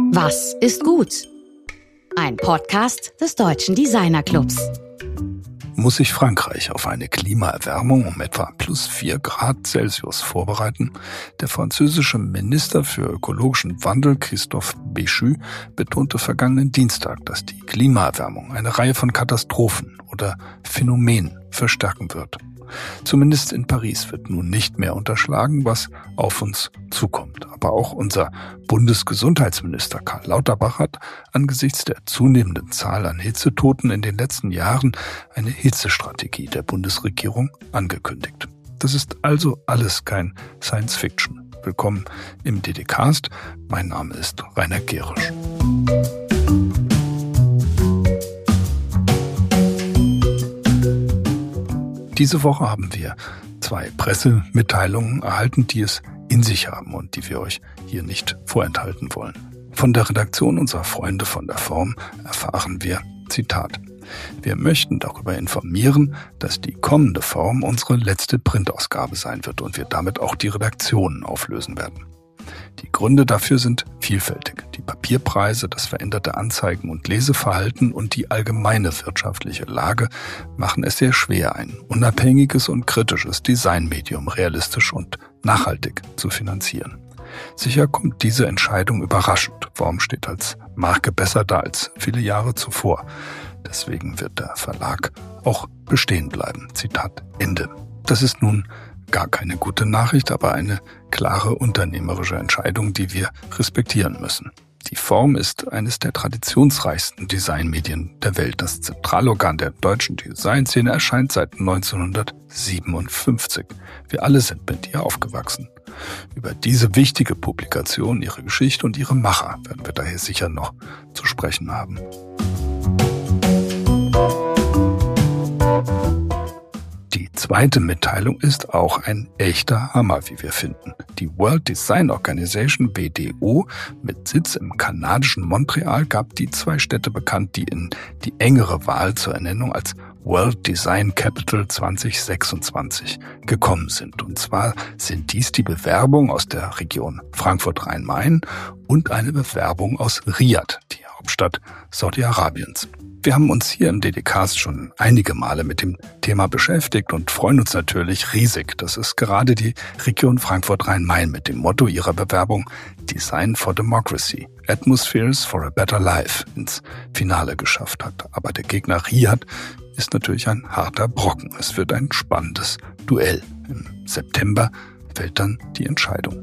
Was ist gut? Ein Podcast des Deutschen Designerclubs. Muss sich Frankreich auf eine Klimaerwärmung um etwa plus 4 Grad Celsius vorbereiten? Der französische Minister für ökologischen Wandel, Christophe Béchu, betonte vergangenen Dienstag, dass die Klimaerwärmung eine Reihe von Katastrophen oder Phänomenen verstärken wird. Zumindest in Paris wird nun nicht mehr unterschlagen, was auf uns zukommt. Aber auch unser Bundesgesundheitsminister Karl Lauterbach hat angesichts der zunehmenden Zahl an Hitzetoten in den letzten Jahren eine Hitzestrategie der Bundesregierung angekündigt. Das ist also alles kein Science Fiction. Willkommen im DD-Cast. Mein Name ist Rainer Gerisch. Diese Woche haben wir 2 Pressemitteilungen erhalten, die es in sich haben und die wir euch hier nicht vorenthalten wollen. Von der Redaktion unserer Freunde von der Form erfahren wir, Zitat: Wir möchten darüber informieren, dass die kommende Form unsere letzte Printausgabe sein wird und wir damit auch die Redaktionen auflösen werden. Die Gründe dafür sind vielfältig. Die Papierpreise, das veränderte Anzeigen- und Leseverhalten und die allgemeine wirtschaftliche Lage machen es sehr schwer, ein unabhängiges und kritisches Designmedium realistisch und nachhaltig zu finanzieren. Sicher kommt diese Entscheidung überraschend. Form steht als Marke besser da als viele Jahre zuvor. Deswegen wird der Verlag auch bestehen bleiben. Zitat Ende. Das ist nun gar keine gute Nachricht, aber eine klare unternehmerische Entscheidung, die wir respektieren müssen. Die Form ist eines der traditionsreichsten Designmedien der Welt. Das Zentralorgan der deutschen Designszene erscheint seit 1957. Wir alle sind mit ihr aufgewachsen. Über diese wichtige Publikation, ihre Geschichte und ihre Macher werden wir daher sicher noch zu sprechen haben. Die zweite Mitteilung ist auch ein echter Hammer, wie wir finden. Die World Design Organization, WDO, mit Sitz im kanadischen Montreal, gab die 2 Städte bekannt, die in die engere Wahl zur Ernennung als World Design Capital 2026 gekommen sind. Und zwar sind dies die Bewerbung aus der Region Frankfurt-Rhein-Main und eine Bewerbung aus Riad, die Hauptstadt Saudi-Arabiens. Wir haben uns hier im DD-Cast schon einige Male mit dem Thema beschäftigt und freuen uns natürlich riesig, dass es gerade die Region Frankfurt-Rhein-Main mit dem Motto ihrer Bewerbung Design for Democracy, Atmospheres for a Better Life ins Finale geschafft hat. Aber der Gegner Riad ist natürlich ein harter Brocken. Es wird ein spannendes Duell. Im September fällt dann die Entscheidung.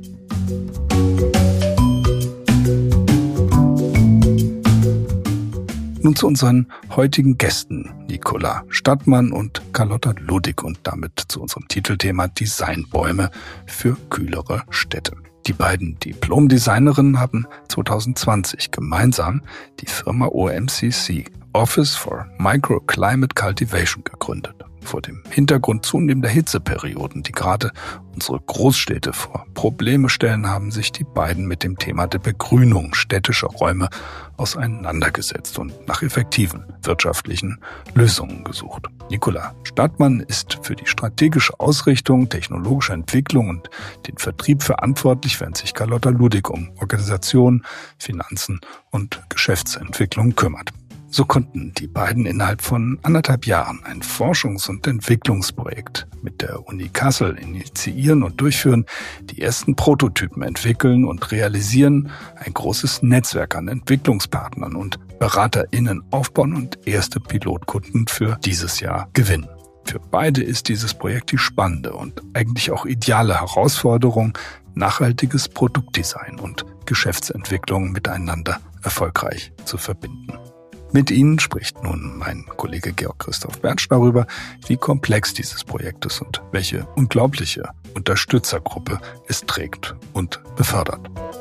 Nun zu unseren heutigen Gästen, Nicola Stadtmann und Carlotta Ludig, und damit zu unserem Titelthema Designbäume für kühlere Städte. Die beiden Diplom-Designerinnen haben 2020 gemeinsam die Firma OMCC, Office for Microclimate Cultivation, gegründet. Vor dem Hintergrund zunehmender Hitzeperioden, die gerade unsere Großstädte vor Probleme stellen, haben sich die beiden mit dem Thema der Begrünung städtischer Räume auseinandergesetzt und nach effektiven wirtschaftlichen Lösungen gesucht. Nicola Stadtmann ist für die strategische Ausrichtung, technologische Entwicklung und den Vertrieb verantwortlich, während sich Carlotta Ludig um Organisation, Finanzen und Geschäftsentwicklung kümmert. So konnten die beiden innerhalb von 1,5 Jahren ein Forschungs- und Entwicklungsprojekt mit der Uni Kassel initiieren und durchführen, die ersten Prototypen entwickeln und realisieren, ein großes Netzwerk an Entwicklungspartnern und BeraterInnen aufbauen und erste Pilotkunden für dieses Jahr gewinnen. Für beide ist dieses Projekt die spannende und eigentlich auch ideale Herausforderung, nachhaltiges Produktdesign und Geschäftsentwicklung miteinander erfolgreich zu verbinden. Mit Ihnen spricht nun mein Kollege Georg Christoph Bertsch darüber, wie komplex dieses Projekt ist und welche unglaubliche Unterstützergruppe es trägt und befördert.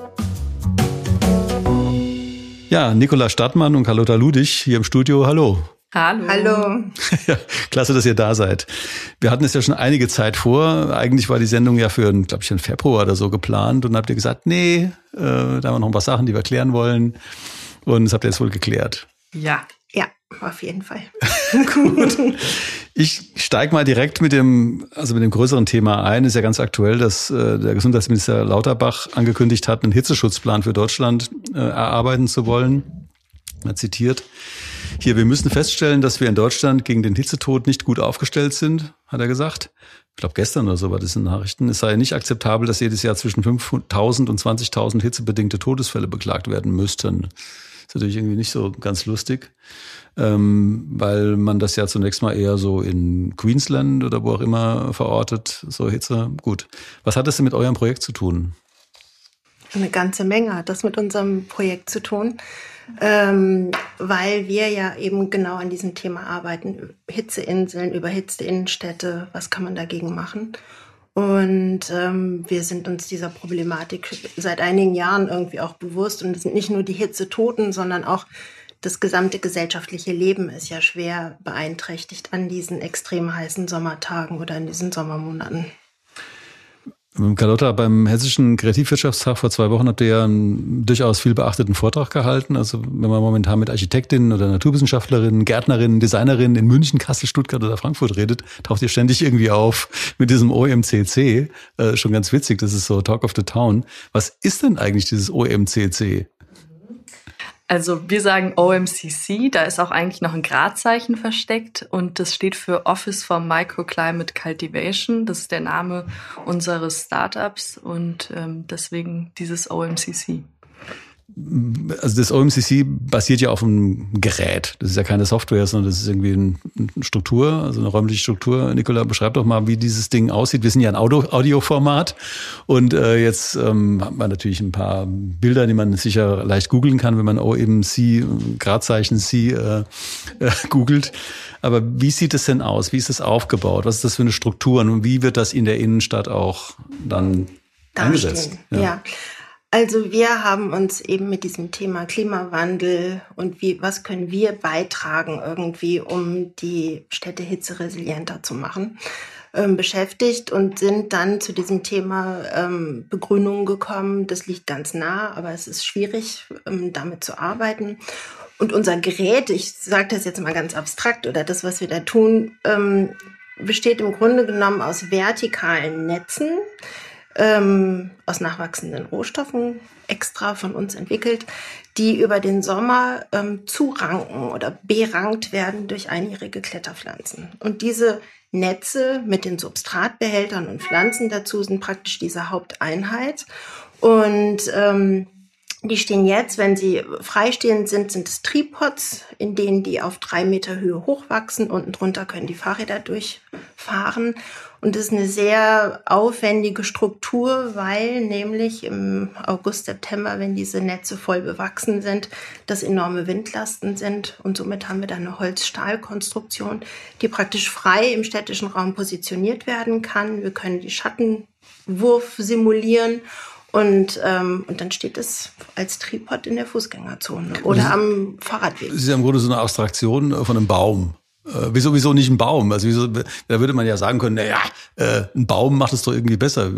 Ja, Nicola Stadtmann und Carlotta Ludig hier im Studio. Hallo. Hallo. Ja, klasse, dass ihr da seid. Wir hatten es ja schon einige Zeit vor. Eigentlich war die Sendung ja für, glaube ich, Februar oder so geplant. Und dann habt ihr gesagt, nee, da haben wir noch ein paar Sachen, die wir klären wollen. Und das habt ihr jetzt wohl geklärt. Ja. auf jeden Fall. Gut. Ich steige mal direkt mit dem größeren Thema ein. Ist ja ganz aktuell, dass der Gesundheitsminister Lauterbach angekündigt hat, einen Hitzeschutzplan für Deutschland erarbeiten zu wollen. Er zitiert hier: Wir müssen feststellen, dass wir in Deutschland gegen den Hitzetod nicht gut aufgestellt sind, hat er gesagt. Ich glaube, gestern oder so war das in den Nachrichten. Es sei nicht akzeptabel, dass jedes Jahr zwischen 5.000 und 20.000 hitzebedingte Todesfälle beklagt werden müssten. Das ist natürlich irgendwie nicht so ganz lustig, weil man das ja zunächst mal eher so in Queensland oder wo auch immer verortet, so Hitze. Gut. Was hat das denn mit eurem Projekt zu tun? Eine ganze Menge hat das mit unserem Projekt zu tun, weil wir ja eben genau an diesem Thema arbeiten. Hitzeinseln, überhitzte Innenstädte, was kann man dagegen machen? Und wir sind uns dieser Problematik seit einigen Jahren irgendwie auch bewusst. Und es sind nicht nur die Hitzetoten, sondern auch das gesamte gesellschaftliche Leben ist ja schwer beeinträchtigt an diesen extrem heißen Sommertagen oder in diesen Sommermonaten. Carlotta, beim Hessischen Kreativwirtschaftstag vor 2 Wochen habt ihr ja einen durchaus viel beachteten Vortrag gehalten. Also wenn man momentan mit Architektinnen oder Naturwissenschaftlerinnen, Gärtnerinnen, Designerinnen in München, Kassel, Stuttgart oder Frankfurt redet, taucht ihr ständig irgendwie auf mit diesem OMCC. Schon ganz witzig, das ist so Talk of the Town. Was ist denn eigentlich dieses OMCC? Also wir sagen OMCC, da ist auch eigentlich noch ein Gradzeichen versteckt und das steht für Office for Microclimate Cultivation. Das ist der Name unseres Startups und deswegen dieses OMCC. Also das OMCC basiert ja auf einem Gerät. Das ist ja keine Software, sondern das ist irgendwie eine Struktur, also eine räumliche Struktur. Nicola, beschreib doch mal, wie dieses Ding aussieht. Wir sind ja ein Audioformat und jetzt hat man natürlich ein paar Bilder, die man sicher leicht googeln kann, wenn man OMC, Gradzeichen C googelt. Aber wie sieht es denn aus? Wie ist es aufgebaut? Was ist das für eine Struktur und wie wird das in der Innenstadt auch dann eingesetzt? Ja. Also wir haben uns eben mit diesem Thema Klimawandel und was können wir beitragen irgendwie, um die Städte hitzeresilienter zu machen, beschäftigt und sind dann zu diesem Thema Begrünung gekommen. Das liegt ganz nah, aber es ist schwierig, damit zu arbeiten. Und unser Gerät, ich sage das jetzt mal ganz abstrakt, oder das, was wir da tun, besteht im Grunde genommen aus vertikalen Netzen, aus nachwachsenden Rohstoffen, extra von uns entwickelt, die über den Sommer zuranken oder berankt werden durch einjährige Kletterpflanzen. Und diese Netze mit den Substratbehältern und Pflanzen dazu sind praktisch diese Haupteinheit. Und die stehen jetzt, wenn sie freistehend sind, sind es Tripods, in denen die auf 3 Meter Höhe hochwachsen. Unten drunter können die Fahrräder durchfahren. Und das ist eine sehr aufwendige Struktur, weil nämlich im August, September, wenn diese Netze voll bewachsen sind, das enorme Windlasten sind. Und somit haben wir dann eine Holz-Stahl-Konstruktion, die praktisch frei im städtischen Raum positioniert werden kann. Wir können die Schattenwurf simulieren. Und dann steht es als Tripod in der Fußgängerzone oder am Fahrradweg. Das ist ja im Grunde so eine Abstraktion von einem Baum. Wieso nicht ein Baum? Also da würde man ja sagen können, ein Baum macht es doch irgendwie besser.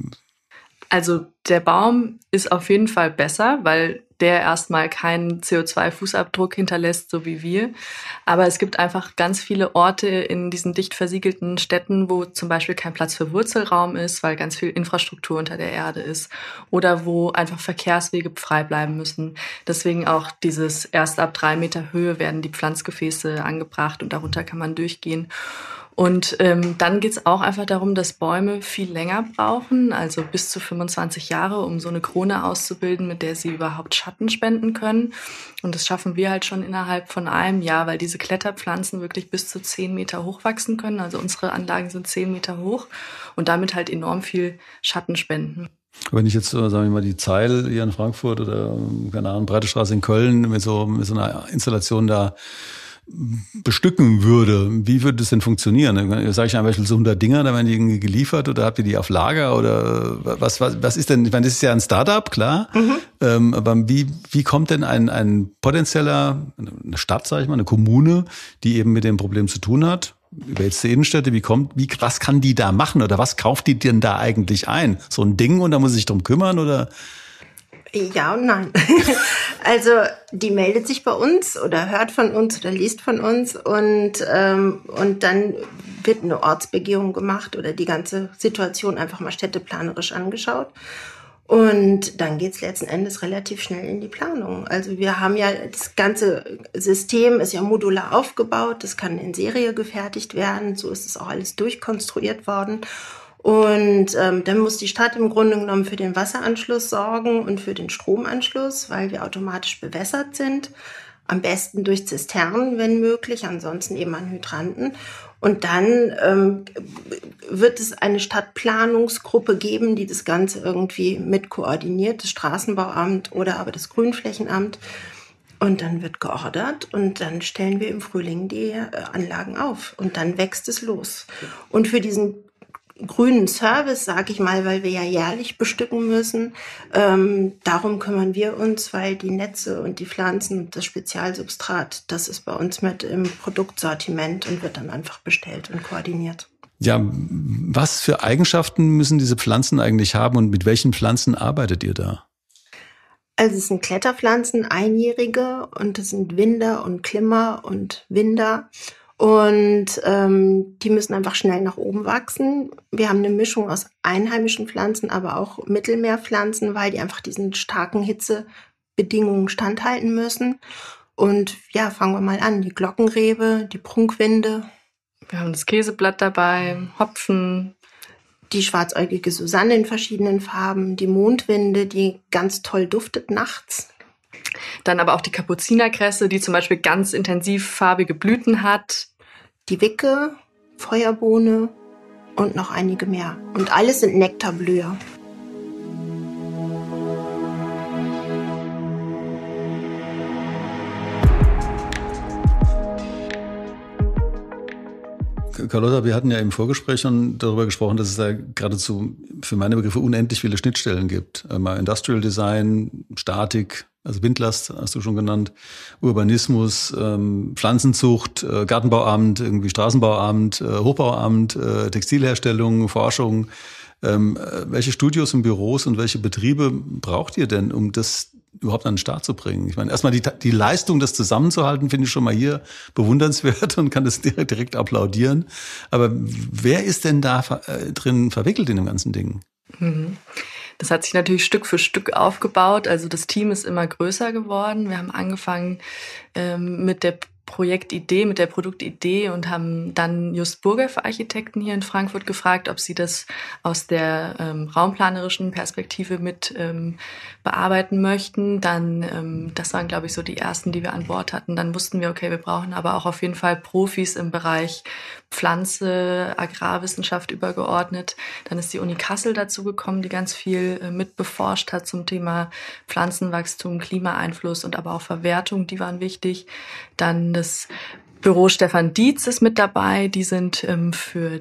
Also der Baum ist auf jeden Fall besser, weil der erstmal keinen CO2-Fußabdruck hinterlässt, so wie wir. Aber es gibt einfach ganz viele Orte in diesen dicht versiegelten Städten, wo zum Beispiel kein Platz für Wurzelraum ist, weil ganz viel Infrastruktur unter der Erde ist. Oder wo einfach Verkehrswege frei bleiben müssen. Deswegen auch dieses erst ab 3 Meter Höhe werden die Pflanzgefäße angebracht und darunter kann man durchgehen. Und dann geht's auch einfach darum, dass Bäume viel länger brauchen, also bis zu 25 Jahre, um so eine Krone auszubilden, mit der sie überhaupt Schatten spenden können. Und das schaffen wir halt schon innerhalb von einem Jahr, weil diese Kletterpflanzen wirklich bis zu 10 Meter hoch wachsen können. Also unsere Anlagen sind 10 Meter hoch und damit halt enorm viel Schatten spenden. Wenn ich jetzt, sagen wir mal, die Zeil hier in Frankfurt oder, keine Ahnung, Breite Straße in Köln mit so einer Installation da bestücken würde, wie würde das denn funktionieren? Sage ich einfach so 100 Dinger, da werden die irgendwie geliefert oder habt ihr die auf Lager oder was ist denn, ich meine, das ist ja ein Startup, klar, aber wie kommt denn ein potenzieller, eine Stadt, sage ich mal, eine Kommune, die eben mit dem Problem zu tun hat, über jetzt die Innenstädte, was kann die da machen oder was kauft die denn da eigentlich ein? So ein Ding und da muss sie sich drum kümmern oder? Ja und nein. Also die meldet sich bei uns oder hört von uns oder liest von uns und dann wird eine Ortsbegehung gemacht oder die ganze Situation einfach mal städteplanerisch angeschaut. Und dann geht's letzten Endes relativ schnell in die Planung. Also wir haben ja, das ganze System ist ja modular aufgebaut, das kann in Serie gefertigt werden, so ist es auch alles durchkonstruiert worden. Und dann muss die Stadt im Grunde genommen für den Wasseranschluss sorgen und für den Stromanschluss, weil wir automatisch bewässert sind. Am besten durch Zisternen, wenn möglich, ansonsten eben an Hydranten. Und dann wird es eine Stadtplanungsgruppe geben, die das Ganze irgendwie mit koordiniert, das Straßenbauamt oder aber das Grünflächenamt. Und dann wird geordert und dann stellen wir im Frühling die Anlagen auf und dann wächst es los. Und für diesen grünen Service, sage ich mal, weil wir ja jährlich bestücken müssen. Darum kümmern wir uns, weil die Netze und die Pflanzen und das Spezialsubstrat, das ist bei uns mit im Produktsortiment und wird dann einfach bestellt und koordiniert. Ja, was für Eigenschaften müssen diese Pflanzen eigentlich haben und mit welchen Pflanzen arbeitet ihr da? Also es sind Kletterpflanzen, einjährige, und es sind Winder und Klimmer und Winder. Und die müssen einfach schnell nach oben wachsen. Wir haben eine Mischung aus einheimischen Pflanzen, aber auch Mittelmeerpflanzen, weil die einfach diesen starken Hitzebedingungen standhalten müssen. Und ja, fangen wir mal an. Die Glockenrebe, die Prunkwinde. Wir haben das Käseblatt dabei, Hopfen. Die schwarzäugige Susanne in verschiedenen Farben, die Mondwinde, die ganz toll duftet nachts. Dann aber auch die Kapuzinerkresse, die zum Beispiel ganz intensiv farbige Blüten hat. Die Wicke, Feuerbohne und noch einige mehr. Und alles sind Nektarblüher. Carlotta, wir hatten ja im Vorgespräch schon darüber gesprochen, dass es da geradezu für meine Begriffe unendlich viele Schnittstellen gibt. Mal Industrial Design, Statik, also Windlast hast du schon genannt, Urbanismus, Pflanzenzucht, Gartenbauamt, irgendwie Straßenbauamt, Hochbauamt, Textilherstellung, Forschung. Welche Studios und Büros und welche Betriebe braucht ihr denn, um das überhaupt an den Start zu bringen? Ich meine, erstmal die Leistung, das zusammenzuhalten, finde ich schon mal hier bewundernswert und kann das direkt applaudieren. Aber wer ist denn da drin verwickelt in dem ganzen Ding? Das hat sich natürlich Stück für Stück aufgebaut. Also das Team ist immer größer geworden. Wir haben angefangen mit der Projektidee, mit der Produktidee und haben dann Just Burger Architekten hier in Frankfurt gefragt, ob sie das aus der raumplanerischen Perspektive mit bearbeiten möchten. Dann, das waren, glaube ich, so die ersten, die wir an Bord hatten. Dann wussten wir, okay, wir brauchen aber auch auf jeden Fall Profis im Bereich Pflanze, Agrarwissenschaft übergeordnet. Dann ist die Uni Kassel dazu gekommen, die ganz viel mit beforscht hat zum Thema Pflanzenwachstum, Klimaeinfluss und aber auch Verwertung, die waren wichtig. Dann das Büro Stefan Dietz ist mit dabei. Die sind für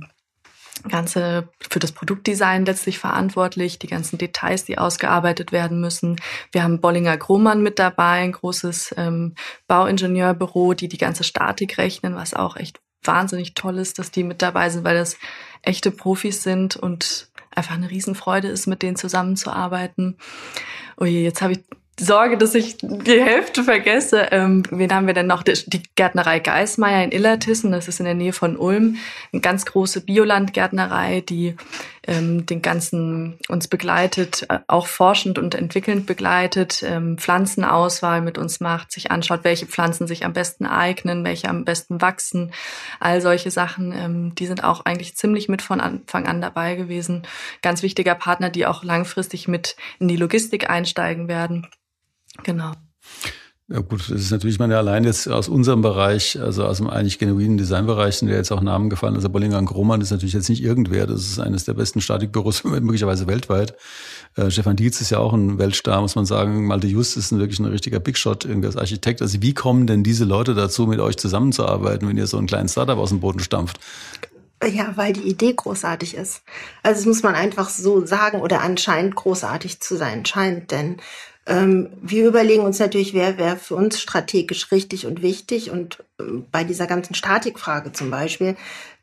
das Produktdesign letztlich verantwortlich, die ganzen Details, die ausgearbeitet werden müssen. Wir haben Bollinger-Grohmann mit dabei, ein großes Bauingenieurbüro, die ganze Statik rechnen, was auch echt wahnsinnig toll ist, dass die mit dabei sind, weil das echte Profis sind und einfach eine Riesenfreude ist, mit denen zusammenzuarbeiten. Oh je, jetzt habe ich Sorge, dass ich die Hälfte vergesse. Wen haben wir denn noch? Die Gärtnerei Geismeier in Illertissen, das ist in der Nähe von Ulm. Eine ganz große Biolandgärtnerei, die den ganzen uns begleitet, auch forschend und entwickelnd begleitet, Pflanzenauswahl mit uns macht, sich anschaut, welche Pflanzen sich am besten eignen, welche am besten wachsen. All solche Sachen, die sind auch eigentlich ziemlich mit von Anfang an dabei gewesen. Ganz wichtiger Partner, die auch langfristig mit in die Logistik einsteigen werden. Genau. Ja gut, das ist natürlich, ich meine, allein jetzt aus unserem Bereich, also aus dem eigentlich genuinen Designbereich, sind ja jetzt auch Namen gefallen. Also Bollinger-Grohmann ist natürlich jetzt nicht irgendwer, das ist eines der besten Statikbüros möglicherweise weltweit. Stefan Dietz ist ja auch ein Weltstar, muss man sagen. Malte Just ist wirklich ein richtiger Big Shot irgendwie als Architekt. Also wie kommen denn diese Leute dazu, mit euch zusammenzuarbeiten, wenn ihr so einen kleinen Startup aus dem Boden stampft? Ja, weil die Idee großartig ist. Also das muss man einfach so sagen oder anscheinend großartig zu sein scheint, denn wir überlegen uns natürlich, wer wäre für uns strategisch richtig und wichtig. Und bei dieser ganzen Statikfrage zum Beispiel,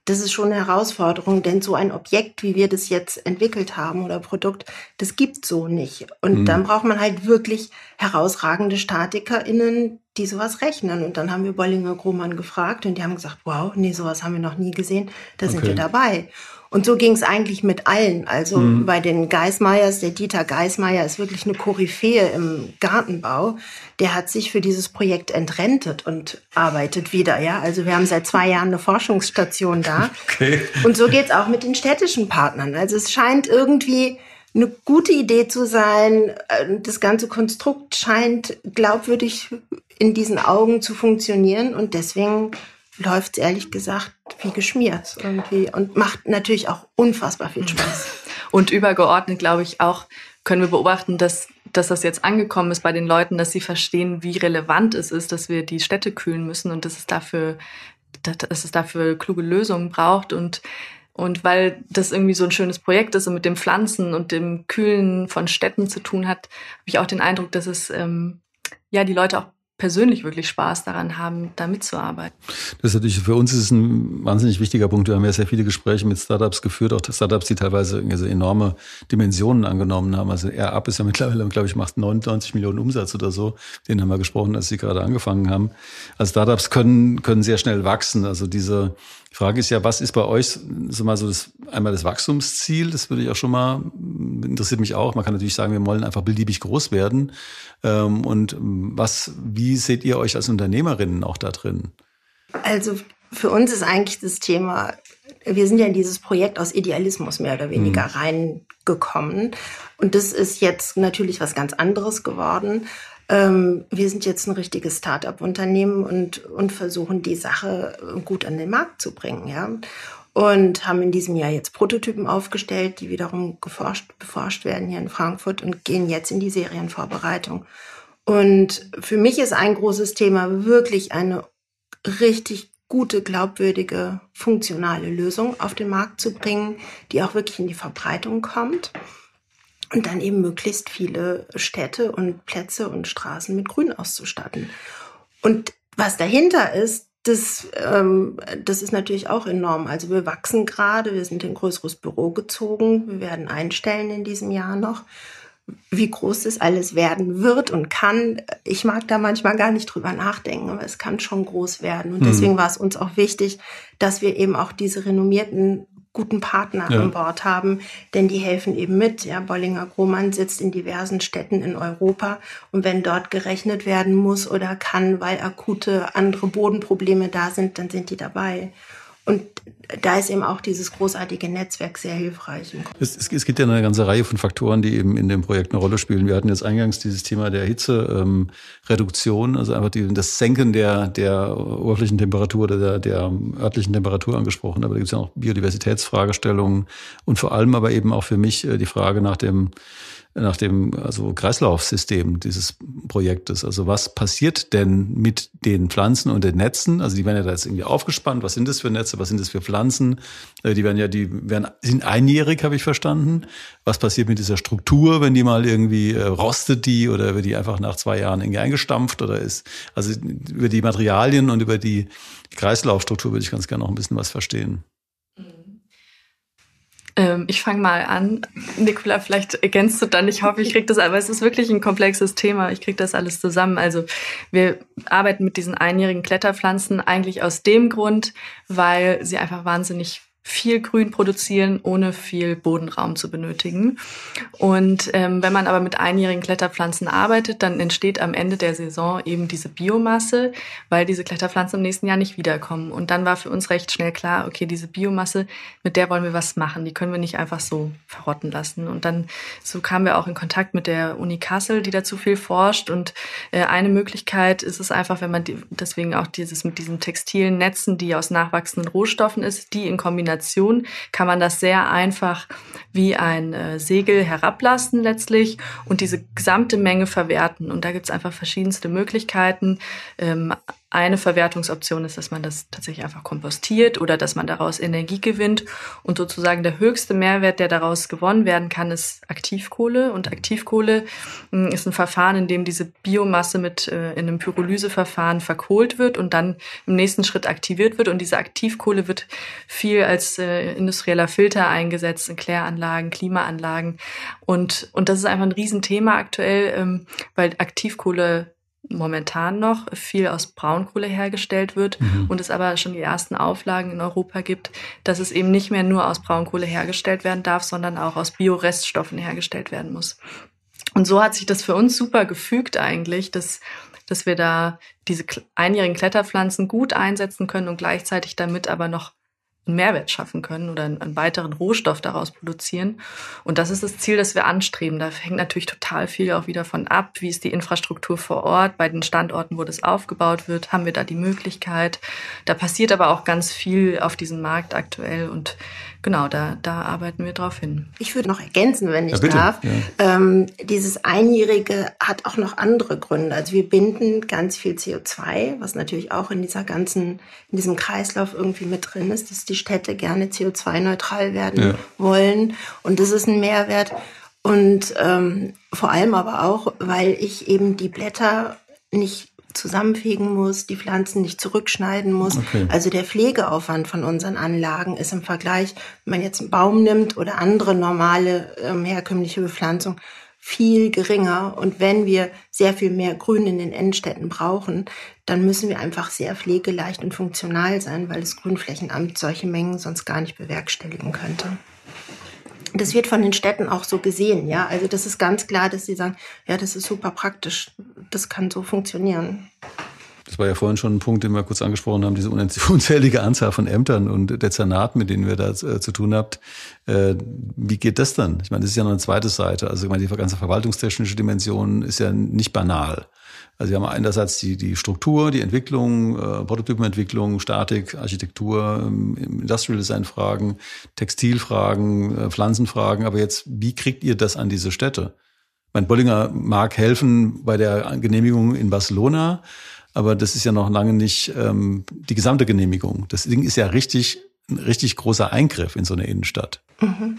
das ist schon eine Herausforderung, denn so ein Objekt, wie wir das jetzt entwickelt haben oder Produkt, das gibt's so nicht. Und dann braucht man halt wirklich herausragende StatikerInnen, die sowas rechnen. Und dann haben wir Bollinger Grohmann gefragt und die haben gesagt, wow, nee, sowas haben wir noch nie gesehen, da sind wir dabei. Und so ging es eigentlich mit allen. Also bei den Geismeyers, der Dieter Geismeyer ist wirklich eine Koryphäe im Gartenbau. Der hat sich für dieses Projekt entrentet und arbeitet wieder. Ja, also wir haben seit 2 Jahren eine Forschungsstation da. Okay. Und so geht's auch mit den städtischen Partnern. Also es scheint irgendwie eine gute Idee zu sein. Das ganze Konstrukt scheint glaubwürdig in diesen Augen zu funktionieren und deswegen läuft es ehrlich gesagt wie geschmiert irgendwie und macht natürlich auch unfassbar viel Spaß. Und übergeordnet, glaube ich, auch können wir beobachten, dass das jetzt angekommen ist bei den Leuten, dass sie verstehen, wie relevant es ist, dass wir die Städte kühlen müssen und dass es dafür kluge Lösungen braucht und weil das irgendwie so ein schönes Projekt ist und mit dem Pflanzen und dem Kühlen von Städten zu tun hat, habe ich auch den Eindruck, dass es die Leute auch persönlich wirklich Spaß daran haben, da mitzuarbeiten. Das ist natürlich, für uns ist es ein wahnsinnig wichtiger Punkt. Wir haben ja sehr viele Gespräche mit Startups geführt, auch Startups, die teilweise so enorme Dimensionen angenommen haben. Also AirUp ist ja mittlerweile, glaube ich, macht 99 Millionen Umsatz oder so. Den haben wir gesprochen, als sie gerade angefangen haben. Also Startups können sehr schnell wachsen. Also diese Frage ist ja, was ist bei euch einmal das Wachstumsziel? Das würde ich auch schon mal, interessiert mich auch. Man kann natürlich sagen, wir wollen einfach beliebig groß werden. Und wie seht ihr euch als Unternehmerinnen auch da drin? Also für uns ist eigentlich das Thema, wir sind ja in dieses Projekt aus Idealismus mehr oder weniger reingekommen. Und das ist jetzt natürlich was ganz anderes geworden. Wir sind jetzt ein richtiges Start-up-Unternehmen und versuchen, die Sache gut an den Markt zu bringen, ja. Und haben in diesem Jahr jetzt Prototypen aufgestellt, die wiederum beforscht werden hier in Frankfurt und gehen jetzt in die Serienvorbereitung. Und für mich ist ein großes Thema wirklich eine richtig gute, glaubwürdige, funktionale Lösung auf den Markt zu bringen, die auch wirklich in die Verbreitung kommt. Und dann eben möglichst viele Städte und Plätze und Straßen mit Grün auszustatten. Und was dahinter ist, das ist natürlich auch enorm. Also wir wachsen gerade, wir sind in ein größeres Büro gezogen, wir werden einstellen in diesem Jahr noch. Wie groß das alles werden wird und kann, ich mag da manchmal gar nicht drüber nachdenken, aber es kann schon groß werden. Und deswegen war es uns auch wichtig, dass wir eben auch diese renommierten guten Partner an Bord haben, denn die helfen eben mit. Ja, Bollinger Grohmann sitzt in diversen Städten in Europa und wenn dort gerechnet werden muss oder kann, weil akute andere Bodenprobleme da sind, dann sind die dabei. Und da ist eben auch dieses großartige Netzwerk sehr hilfreich. Es gibt ja eine ganze Reihe von Faktoren, die eben in dem Projekt eine Rolle spielen. Wir hatten jetzt eingangs dieses Thema der Hitzereduktion, also einfach das Senken der Oberflächentemperatur oder der örtlichen Temperatur angesprochen. Aber da gibt es ja auch Biodiversitätsfragestellungen und vor allem aber eben auch für mich die Frage nach dem also Kreislaufsystem dieses Projektes. Also was passiert denn mit den Pflanzen und den Netzen? Also die werden ja da jetzt irgendwie aufgespannt. Was sind das für Netze? Was sind das für Pflanzen? Sind einjährig, habe ich verstanden. Was passiert mit dieser Struktur, wenn die mal irgendwie rostet die oder wird die einfach nach 2 Jahren irgendwie eingestampft oder also über die Materialien und über die Kreislaufstruktur würde ich ganz gerne noch ein bisschen was verstehen. Ich fange mal an. Nicola, vielleicht ergänzt du dann. Ich hoffe, ich kriege das, aber es ist wirklich ein komplexes Thema. Ich kriege das alles zusammen. Also wir arbeiten mit diesen einjährigen Kletterpflanzen eigentlich aus dem Grund, weil sie einfach wahnsinnig viel Grün produzieren, ohne viel Bodenraum zu benötigen. Und wenn man aber mit einjährigen Kletterpflanzen arbeitet, dann entsteht am Ende der Saison eben diese Biomasse, weil diese Kletterpflanzen im nächsten Jahr nicht wiederkommen. Und dann war für uns recht schnell klar, okay, diese Biomasse, mit der wollen wir was machen. Die können wir nicht einfach so verrotten lassen. Und dann so kamen wir auch in Kontakt mit der Uni Kassel, die dazu viel forscht. Und eine Möglichkeit ist es einfach, wenn man deswegen auch mit diesen textilen Netzen, die aus nachwachsenden Rohstoffen ist, die in Kombination kann man das sehr einfach wie ein Segel herablassen letztlich und diese gesamte Menge verwerten. Und da gibt es einfach verschiedenste Möglichkeiten. eine Verwertungsoption ist, dass man das tatsächlich einfach kompostiert oder dass man daraus Energie gewinnt. Und sozusagen der höchste Mehrwert, der daraus gewonnen werden kann, ist Aktivkohle. Und Aktivkohle ist ein Verfahren, in dem diese Biomasse in einem Pyrolyseverfahren verkohlt wird und dann im nächsten Schritt aktiviert wird. Und diese Aktivkohle wird viel als industrieller Filter eingesetzt in Kläranlagen, Klimaanlagen. Und das ist einfach ein Riesenthema aktuell, weil Aktivkohle momentan noch viel aus Braunkohle hergestellt wird und es aber schon die ersten Auflagen in Europa gibt, dass es eben nicht mehr nur aus Braunkohle hergestellt werden darf, sondern auch aus Bioreststoffen hergestellt werden muss. Und so hat sich das für uns super gefügt eigentlich, dass wir da diese einjährigen Kletterpflanzen gut einsetzen können und gleichzeitig damit aber noch einen Mehrwert schaffen können oder einen weiteren Rohstoff daraus produzieren. Und das ist das Ziel, das wir anstreben. Da hängt natürlich total viel auch wieder von ab. Wie ist die Infrastruktur vor Ort? Bei den Standorten, wo das aufgebaut wird, haben wir da die Möglichkeit. Da passiert aber auch ganz viel auf diesem Markt aktuell und genau, da arbeiten wir drauf hin. Ich würde noch ergänzen, wenn ich darf. Ja. Dieses Einjährige hat auch noch andere Gründe. Also wir binden ganz viel CO2, was natürlich auch in diesem Kreislauf irgendwie mit drin ist, dass die Städte gerne CO2-neutral werden wollen. Und das ist ein Mehrwert. Und vor allem aber auch, weil ich eben die Blätter nicht zusammenfegen muss, die Pflanzen nicht zurückschneiden muss. Okay. Also der Pflegeaufwand von unseren Anlagen ist im Vergleich, wenn man jetzt einen Baum nimmt oder andere normale herkömmliche Bepflanzung, viel geringer. Und wenn wir sehr viel mehr Grün in den Innenstädten brauchen, dann müssen wir einfach sehr pflegeleicht und funktional sein, weil das Grünflächenamt solche Mengen sonst gar nicht bewerkstelligen könnte. Das wird von den Städten auch so gesehen, ja. Also das ist ganz klar, dass sie sagen, ja, das ist super praktisch, das kann so funktionieren. Das war ja vorhin schon ein Punkt, den wir kurz angesprochen haben, diese unzählige Anzahl von Ämtern und Dezernaten, mit denen wir da zu tun habt. Wie geht das dann? Ich meine, das ist ja noch eine zweite Seite. Also ich meine, die ganze verwaltungstechnische Dimension ist ja nicht banal. Also wir haben einerseits die Struktur, die Entwicklung, Prototypenentwicklung, Statik, Architektur, Industrial Design Fragen, Textilfragen, Pflanzenfragen. Aber jetzt, wie kriegt ihr das an diese Städte? Mein Bollinger mag helfen bei der Genehmigung in Barcelona, aber das ist ja noch lange nicht die gesamte Genehmigung. Das Ding ist ja ein richtig großer Eingriff in so eine Innenstadt. Mhm.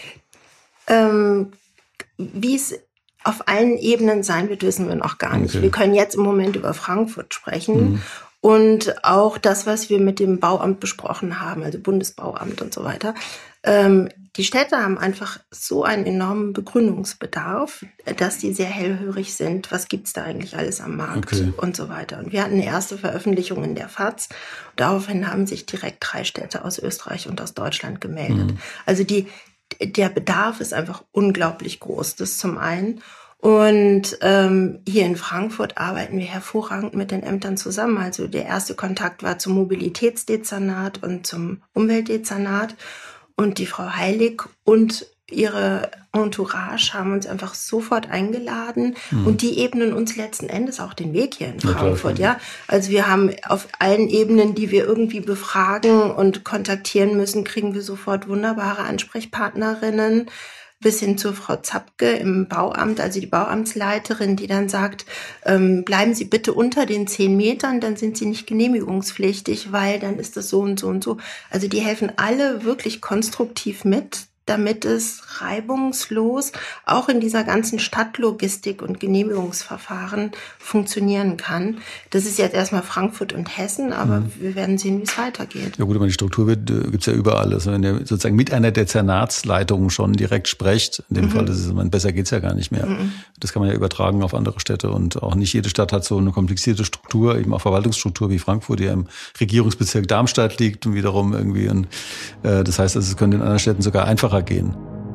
Wie es auf allen Ebenen sein wird, wissen wir noch gar nicht. Okay. Wir können jetzt im Moment über Frankfurt sprechen und auch das, was wir mit dem Bauamt besprochen haben, also Bundesbauamt und so weiter. Die Städte haben einfach so einen enormen Begrünungsbedarf, dass die sehr hellhörig sind. Was gibt's da eigentlich alles am Markt und so weiter. Und wir hatten eine erste Veröffentlichung in der FAZ. Daraufhin haben sich direkt 3 Städte aus Österreich und aus Deutschland gemeldet. Also der Bedarf ist einfach unglaublich groß, das zum einen. Und hier in Frankfurt arbeiten wir hervorragend mit den Ämtern zusammen. Also der erste Kontakt war zum Mobilitätsdezernat und zum Umweltdezernat. Und die Frau Heilig und ihre Entourage haben uns einfach sofort eingeladen. Und die ebnen uns letzten Endes auch den Weg hier in Frankfurt. Ja, also wir haben auf allen Ebenen, die wir irgendwie befragen und kontaktieren müssen, kriegen wir sofort wunderbare Ansprechpartnerinnen. Bis hin zu Frau Zapke im Bauamt, also die Bauamtsleiterin, die dann sagt, bleiben Sie bitte unter den 10 Metern, dann sind Sie nicht genehmigungspflichtig, weil dann ist das so und so und so. Also die helfen alle wirklich konstruktiv mit, damit es reibungslos auch in dieser ganzen Stadtlogistik und Genehmigungsverfahren funktionieren kann. Das ist jetzt erstmal Frankfurt und Hessen, aber wir werden sehen, wie es weitergeht. Ja gut, aber die Struktur gibt's ja überall. Also wenn ihr sozusagen mit einer Dezernatsleitung schon direkt sprecht, in dem Fall, besser geht's ja gar nicht mehr. Das kann man ja übertragen auf andere Städte und auch nicht jede Stadt hat so eine komplizierte Struktur, eben auch Verwaltungsstruktur wie Frankfurt, die ja im Regierungsbezirk Darmstadt liegt und wiederum irgendwie. Und das heißt, es könnte in anderen Städten sogar einfacher gehen.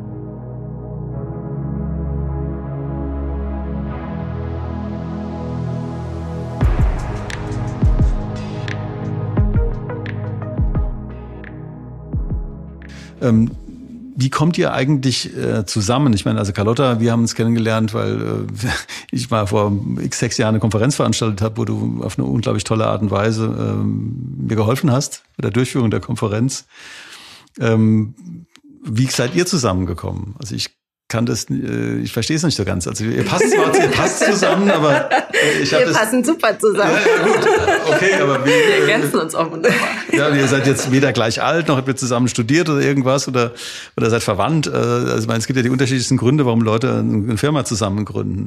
Wie kommt ihr eigentlich zusammen? Ich meine, also Carlotta, wir haben uns kennengelernt, weil ich mal vor 6 Jahren eine Konferenz veranstaltet habe, wo du auf eine unglaublich tolle Art und Weise mir geholfen hast bei der Durchführung der Konferenz. Wie seid ihr zusammengekommen? Also ich ich verstehe es nicht so ganz. Also ihr passt zusammen, aber wir passen super zusammen. Ja, gut. Okay, aber wir ergänzen uns auch wunderbar. Ja, ihr seid jetzt weder gleich alt, noch habt ihr zusammen studiert oder irgendwas oder seid verwandt. Also ich meine, es gibt ja die unterschiedlichsten Gründe, warum Leute eine Firma zusammen gründen.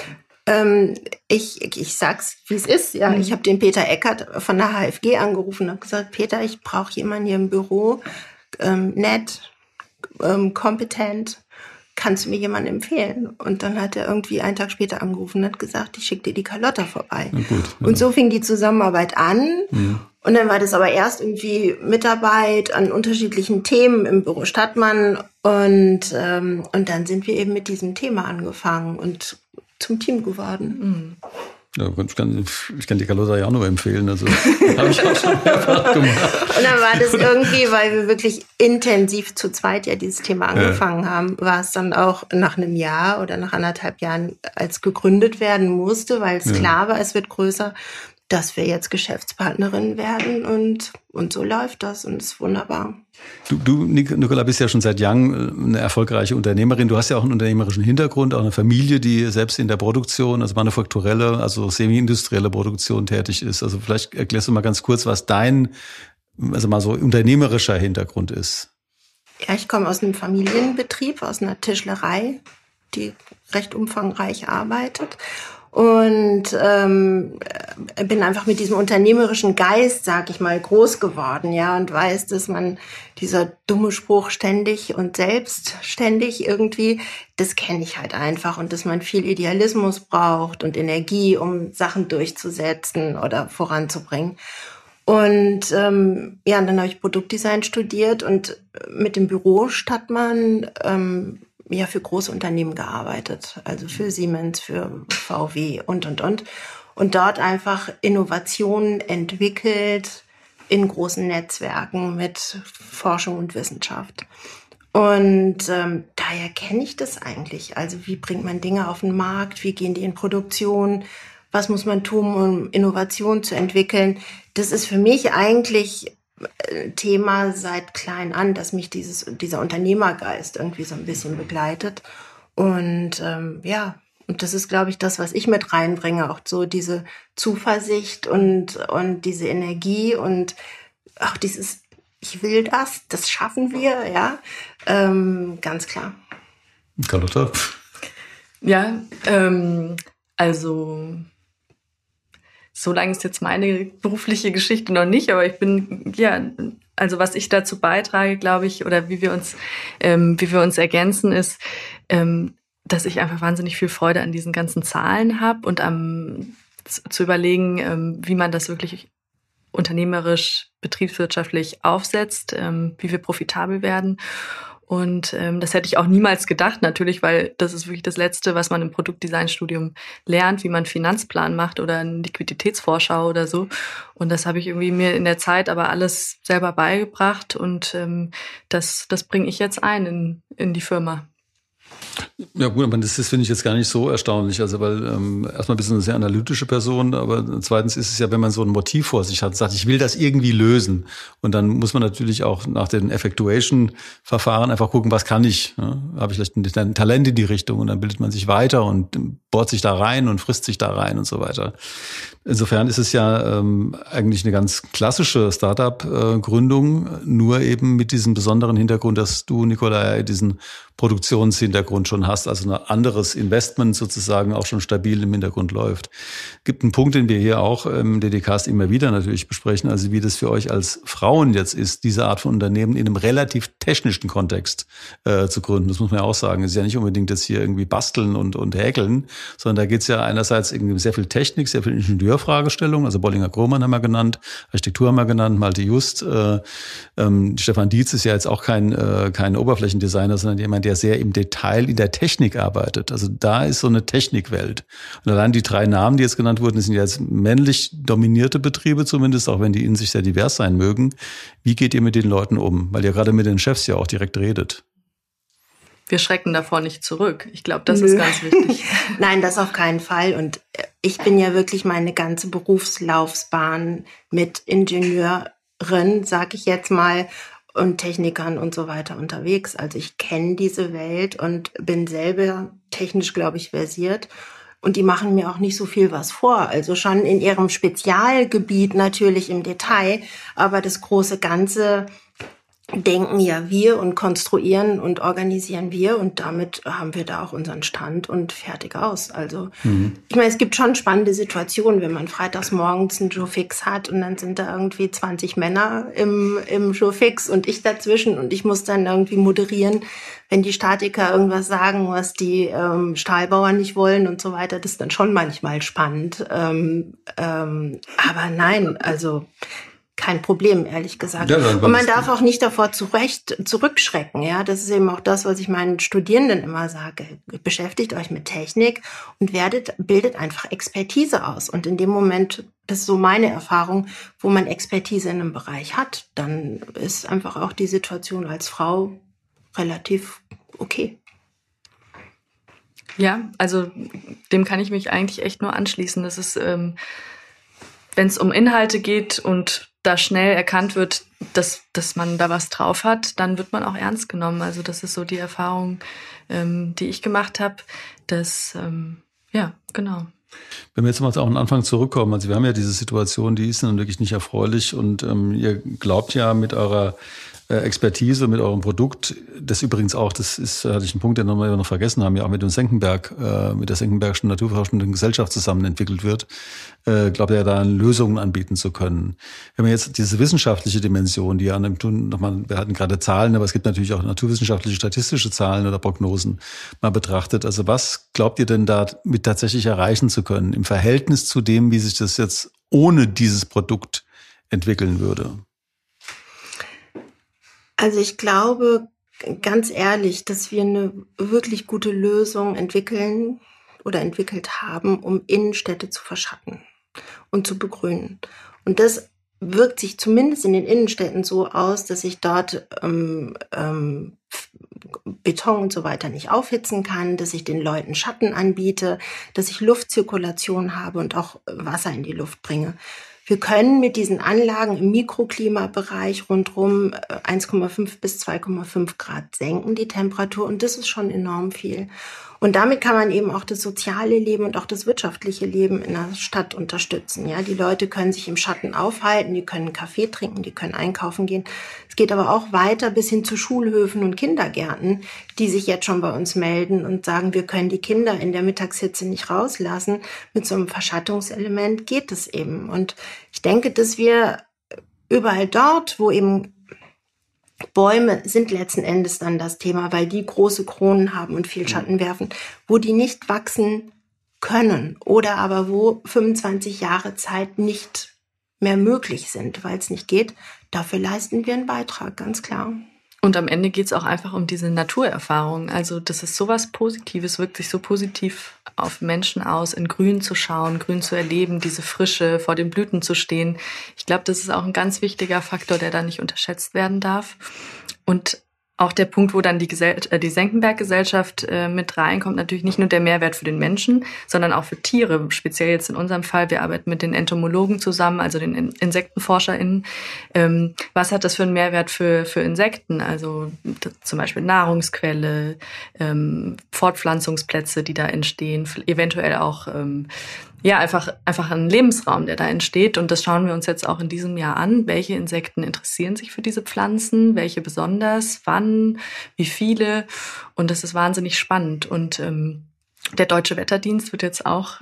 Ich sag's, wie es ist. Ja, ich habe den Peter Eckert von der HFG angerufen und habe gesagt, Peter, ich brauche jemanden hier im Büro, nett, kompetent. Kannst du mir jemanden empfehlen? Und dann hat er irgendwie einen Tag später angerufen und hat gesagt, ich schicke dir die Carlotta vorbei. Gut, ja. Und so fing die Zusammenarbeit an. Mhm. Und dann war das aber erst irgendwie Mitarbeit an unterschiedlichen Themen im Büro Stadtmann. Und dann sind wir eben mit diesem Thema angefangen und zum Team geworden. Mhm. Ja, ich kann die Carlotta ja auch nur empfehlen. Also habe ich auch schon mehrfach gemacht. Und dann war das irgendwie, weil wir wirklich intensiv zu zweit ja dieses Thema angefangen haben, war es dann auch nach einem Jahr oder nach 1,5 Jahren, als gegründet werden musste, weil es klar war, es wird größer, dass wir jetzt Geschäftspartnerin werden und so läuft das und ist wunderbar. Du, Nicola, bist ja schon seit Young eine erfolgreiche Unternehmerin. Du hast ja auch einen unternehmerischen Hintergrund, auch eine Familie, die selbst in der Produktion, also manufakturelle, also semi-industrielle Produktion tätig ist. Also vielleicht erklärst du mal ganz kurz, was dein, also mal so unternehmerischer Hintergrund ist. Ja, ich komme aus einem Familienbetrieb, aus einer Tischlerei, die recht umfangreich arbeitet. Und bin einfach mit diesem unternehmerischen Geist, sag ich mal, groß geworden, ja, und weiß, dass man dieser dumme Spruch ständig und selbstständig irgendwie, das kenne ich halt einfach und dass man viel Idealismus braucht und Energie, um Sachen durchzusetzen oder voranzubringen. Und dann habe ich Produktdesign studiert und mit dem Büro Stadtmann für große Unternehmen gearbeitet, also für Siemens, für VW und. Und dort einfach Innovationen entwickelt in großen Netzwerken mit Forschung und Wissenschaft. Und daher kenne ich das eigentlich. Also wie bringt man Dinge auf den Markt, wie gehen die in Produktion, was muss man tun, um Innovation zu entwickeln. Das ist für mich eigentlich Thema seit klein an, dass mich dieser Unternehmergeist irgendwie so ein bisschen begleitet. Und und das ist, glaube ich, das, was ich mit reinbringe, auch so diese Zuversicht und diese Energie und auch dieses, ich will das schaffen wir, ja, ganz klar. Carlotta? Ja, also so lange ist jetzt meine berufliche Geschichte noch nicht, aber ich bin, also was ich dazu beitrage, glaube ich, oder wie wir uns ergänzen, ist, dass ich einfach wahnsinnig viel Freude an diesen ganzen Zahlen habe und zu überlegen, wie man das wirklich unternehmerisch, betriebswirtschaftlich aufsetzt, wie wir profitabel werden. Und das hätte ich auch niemals gedacht, natürlich, weil das ist wirklich das Letzte, was man im Produktdesignstudium lernt, wie man einen Finanzplan macht oder eine Liquiditätsvorschau oder so. Und das habe ich irgendwie mir in der Zeit aber alles selber beigebracht und das bringe ich jetzt ein in die Firma. Ja gut, aber das finde ich jetzt gar nicht so erstaunlich, also weil erstmal bist du eine sehr analytische Person, aber zweitens ist es ja, wenn man so ein Motiv vor sich hat, sagt, ich will das irgendwie lösen und dann muss man natürlich auch nach den Effectuation-Verfahren einfach gucken, was kann ich, ja? Habe ich vielleicht ein Talent in die Richtung und dann bildet man sich weiter und bohrt sich da rein und frisst sich da rein und so weiter. Insofern ist es ja eigentlich eine ganz klassische Startup-Gründung, nur eben mit diesem besonderen Hintergrund, dass du, Nicola, diesen Produktionshintergrund schon hast, also ein anderes Investment sozusagen auch schon stabil im Hintergrund läuft. Gibt einen Punkt, den wir hier auch im DD-Cast immer wieder natürlich besprechen, also wie das für euch als Frauen jetzt ist, diese Art von Unternehmen in einem relativ technischen Kontext zu gründen. Das muss man ja auch sagen. Es ist ja nicht unbedingt jetzt hier irgendwie basteln und häkeln, sondern da geht es ja einerseits irgendwie sehr viel Technik, sehr viel Ingenieurfragestellung, also Bollinger-Grohmann haben wir genannt, Architektur haben wir genannt, Malte Just. Stefan Dietz ist ja jetzt auch kein Oberflächendesigner, sondern jemand, der sehr im Detail in der Technik arbeitet. Also da ist so eine Technikwelt. Und allein die 3 Namen, die jetzt genannt wurden, sind ja jetzt männlich dominierte Betriebe zumindest, auch wenn die in sich sehr divers sein mögen. Wie geht ihr mit den Leuten um? Weil ihr gerade mit den Chefs ja auch direkt redet. Wir schrecken davor nicht zurück. Ich glaube, das ist ganz wichtig. Nein, das auf keinen Fall. Und ich bin ja wirklich meine ganze Berufslaufbahn mit Ingenieurin, sag ich jetzt mal, und Technikern und so weiter unterwegs. Also ich kenne diese Welt und bin selber technisch, glaube ich, versiert. Und die machen mir auch nicht so viel was vor. Also schon in ihrem Spezialgebiet natürlich im Detail, aber das große Ganze denken ja wir und konstruieren und organisieren wir und damit haben wir da auch unseren Stand und fertig aus. Also ich meine, es gibt schon spannende Situationen, wenn man freitags morgens einen Joe-Fix hat und dann sind da irgendwie 20 Männer im Joe-Fix und ich dazwischen und ich muss dann irgendwie moderieren, wenn die Statiker irgendwas sagen, was die Stahlbauern nicht wollen und so weiter. Das ist dann schon manchmal spannend. Aber nein, also kein Problem, ehrlich gesagt. Ja, und man darf auch nicht davor zurückschrecken. Ja, das ist eben auch das, was ich meinen Studierenden immer sage. Beschäftigt euch mit Technik und bildet einfach Expertise aus. Und in dem Moment, das ist so meine Erfahrung, wo man Expertise in einem Bereich hat, dann ist einfach auch die Situation als Frau relativ okay. Ja, also dem kann ich mich eigentlich echt nur anschließen. Das ist, wenn es um Inhalte geht und da schnell erkannt wird, dass man da was drauf hat, dann wird man auch ernst genommen. Also das ist so die Erfahrung, die ich gemacht habe. Ja, genau. Wenn wir jetzt mal auf den Anfang zurückkommen, also wir haben ja diese Situation, die ist dann wirklich nicht erfreulich und ihr glaubt ja mit eurer Expertise, mit eurem Produkt, das übrigens auch, das ist, hatte ich einen Punkt, den wir noch vergessen haben, ja auch mit dem Senckenberg, mit der Senckenbergischen Naturforschenden Gesellschaft zusammen entwickelt wird, glaubt er da Lösungen anbieten zu können. Wenn man jetzt diese wissenschaftliche Dimension, die an dem Tun nochmal, wir hatten gerade Zahlen, aber es gibt natürlich auch naturwissenschaftliche, statistische Zahlen oder Prognosen mal betrachtet. Also was glaubt ihr denn da mit tatsächlich erreichen zu können im Verhältnis zu dem, wie sich das jetzt ohne dieses Produkt entwickeln würde? Also ich glaube, ganz ehrlich, dass wir eine wirklich gute Lösung entwickeln oder entwickelt haben, um Innenstädte zu verschatten und zu begrünen. Und das wirkt sich zumindest in den Innenstädten so aus, dass ich dort Beton und so weiter nicht aufhitzen kann, dass ich den Leuten Schatten anbiete, dass ich Luftzirkulation habe und auch Wasser in die Luft bringe. Wir können mit diesen Anlagen im Mikroklimabereich rundherum 1,5 bis 2,5 Grad senken, die Temperatur. Und das ist schon enorm viel. Und damit kann man eben auch das soziale Leben und auch das wirtschaftliche Leben in der Stadt unterstützen. Ja, die Leute können sich im Schatten aufhalten, die können Kaffee trinken, die können einkaufen gehen. Es geht aber auch weiter bis hin zu Schulhöfen und Kindergärten, die sich jetzt schon bei uns melden und sagen, wir können die Kinder in der Mittagshitze nicht rauslassen. Mit so einem Verschattungselement geht es eben. Und ich denke, dass wir überall dort, wo eben Bäume sind letzten Endes dann das Thema, weil die große Kronen haben und viel Schatten werfen, wo die nicht wachsen können oder aber wo 25 Jahre Zeit nicht mehr möglich sind, weil es nicht geht. Dafür leisten wir einen Beitrag, ganz klar. Und am Ende geht es auch einfach um diese Naturerfahrung. Also das ist sowas Positives, wirkt sich so positiv auf Menschen aus, in Grün zu schauen, Grün zu erleben, diese Frische, vor den Blüten zu stehen. Ich glaube, das ist auch ein ganz wichtiger Faktor, der da nicht unterschätzt werden darf. Und auch der Punkt, wo dann die Senckenberg-Gesellschaft mit reinkommt, natürlich nicht nur der Mehrwert für den Menschen, sondern auch für Tiere. Speziell jetzt in unserem Fall, wir arbeiten mit den Entomologen zusammen, also den InsektenforscherInnen. Was hat das für einen Mehrwert für Insekten? Also zum Beispiel Nahrungsquelle, Fortpflanzungsplätze, die da entstehen, eventuell auch einfach ein Lebensraum, der da entsteht. Und das schauen wir uns jetzt auch in diesem Jahr an. Welche Insekten interessieren sich für diese Pflanzen? Welche besonders? Wann? Wie viele? Und das ist wahnsinnig spannend. Und der Deutsche Wetterdienst wird jetzt auch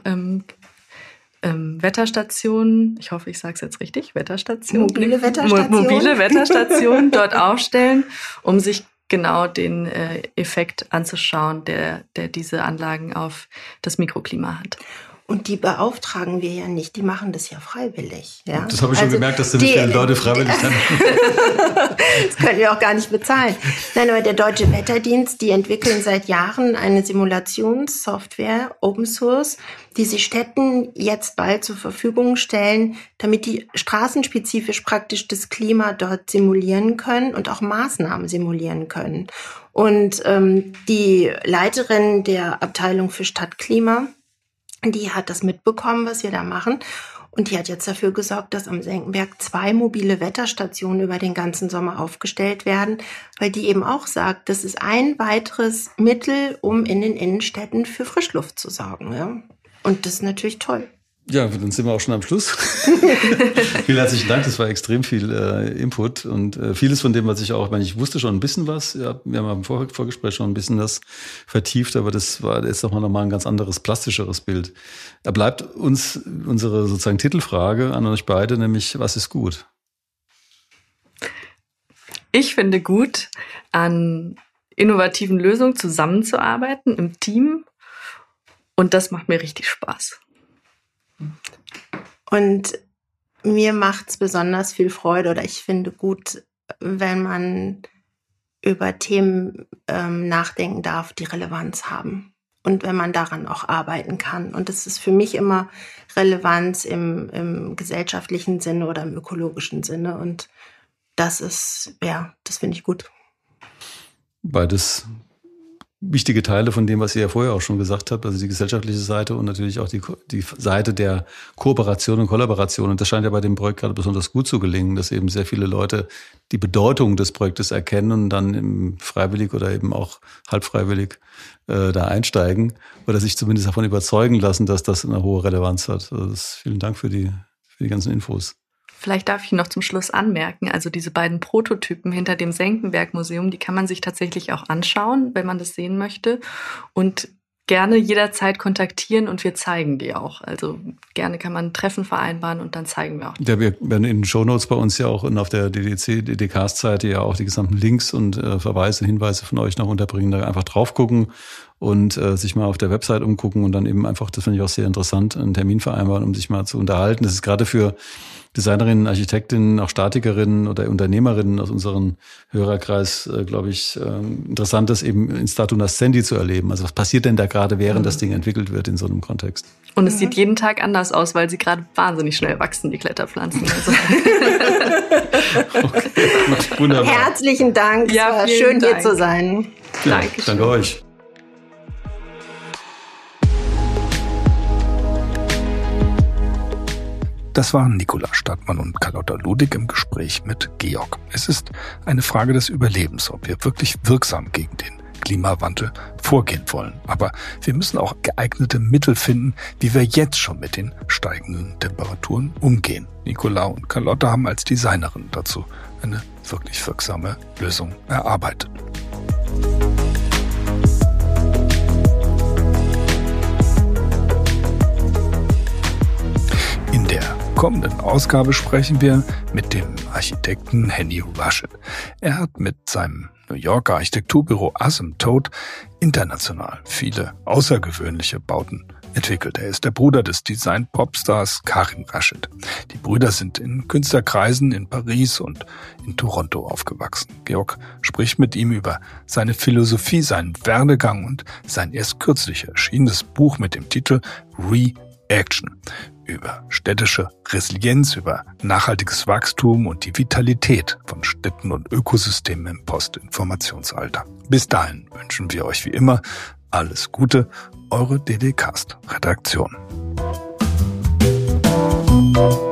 Wetterstationen, ich hoffe, ich sage es jetzt richtig, mobile Wetterstationen dort aufstellen, um sich genau den Effekt anzuschauen, der diese Anlagen auf das Mikroklima hat. Und die beauftragen wir ja nicht, die machen das ja freiwillig. Ja? Das habe ich schon gemerkt, dass ziemlich viele Leute freiwillig dann. Das können wir auch gar nicht bezahlen. Nein, aber der Deutsche Wetterdienst, die entwickeln seit Jahren eine Simulationssoftware, Open Source, die sie Städten jetzt bald zur Verfügung stellen, damit die straßenspezifisch praktisch das Klima dort simulieren können und auch Maßnahmen simulieren können. Und die Leiterin der Abteilung für Stadtklima, die hat das mitbekommen, was wir da machen. Und die hat jetzt dafür gesorgt, dass am Senckenberg 2 mobile Wetterstationen über den ganzen Sommer aufgestellt werden, weil die eben auch sagt, das ist ein weiteres Mittel, um in den Innenstädten für Frischluft zu sorgen. Ja? Und das ist natürlich toll. Ja, dann sind wir auch schon am Schluss. Vielen herzlichen Dank, das war extrem viel Input und vieles von dem, was ich wusste schon ein bisschen was. Ja, wir haben im Vorgespräch schon ein bisschen das vertieft, aber das war jetzt nochmal ein ganz anderes, plastischeres Bild. Da bleibt uns unsere sozusagen Titelfrage an euch beide, nämlich, was ist gut? Ich finde gut, an innovativen Lösungen zusammenzuarbeiten im Team, und das macht mir richtig Spaß. Und mir macht's besonders viel Freude, oder ich finde gut, wenn man über Themen nachdenken darf, die Relevanz haben. Und wenn man daran auch arbeiten kann. Und das ist für mich immer Relevanz im gesellschaftlichen Sinne oder im ökologischen Sinne. Und das finde ich gut. Beides wichtige Teile von dem, was ihr ja vorher auch schon gesagt habt, also die gesellschaftliche Seite und natürlich auch die Seite der Kooperation und Kollaboration. Und das scheint ja bei dem Projekt gerade besonders gut zu gelingen, dass eben sehr viele Leute die Bedeutung des Projektes erkennen und dann freiwillig oder eben auch halbfreiwillig da einsteigen oder sich zumindest davon überzeugen lassen, dass das eine hohe Relevanz hat. Also vielen Dank für die ganzen Infos. Vielleicht darf ich noch zum Schluss anmerken, also diese beiden Prototypen hinter dem Senckenberg-Museum, die kann man sich tatsächlich auch anschauen, wenn man das sehen möchte, und gerne jederzeit kontaktieren und wir zeigen die auch. Also gerne kann man ein Treffen vereinbaren und dann zeigen wir auch. Ja, wir werden in den Shownotes bei uns ja auch und auf der DDCast-Seite ja auch die gesamten Links und Verweise, Hinweise von euch noch unterbringen, da einfach drauf gucken und sich mal auf der Website umgucken und dann eben einfach, das finde ich auch sehr interessant, einen Termin vereinbaren, um sich mal zu unterhalten. Das ist gerade für Designerinnen, Architektinnen, auch Statikerinnen oder Unternehmerinnen aus unserem Hörerkreis, glaube ich, interessant, das eben in statu nascendi zu erleben. Also was passiert denn da gerade, während das Ding entwickelt wird in so einem Kontext? Und es sieht jeden Tag anders aus, weil sie gerade wahnsinnig schnell wachsen, die Kletterpflanzen. Also. Okay, wunderbar. Herzlichen Dank, ja, es war schön Dank. Hier zu sein. Ja, danke euch. Das waren Nicola Stadtmann und Carlotta Ludig im Gespräch mit Georg. Es ist eine Frage des Überlebens, ob wir wirklich wirksam gegen den Klimawandel vorgehen wollen. Aber wir müssen auch geeignete Mittel finden, wie wir jetzt schon mit den steigenden Temperaturen umgehen. Nicola und Carlotta haben als Designerin dazu eine wirklich wirksame Lösung erarbeitet. In der kommenden Ausgabe sprechen wir mit dem Architekten Henny Rashid. Er hat mit seinem New Yorker Architekturbüro Asymptote international viele außergewöhnliche Bauten entwickelt. Er ist der Bruder des Design-Popstars Karim Rashid. Die Brüder sind in Künstlerkreisen in Paris und in Toronto aufgewachsen. Georg spricht mit ihm über seine Philosophie, seinen Werdegang und sein erst kürzlich erschienenes Buch mit dem Titel Reaction. Über städtische Resilienz, über nachhaltiges Wachstum und die Vitalität von Städten und Ökosystemen im Postinformationsalter. Bis dahin wünschen wir euch wie immer alles Gute, eure DDCast-Redaktion.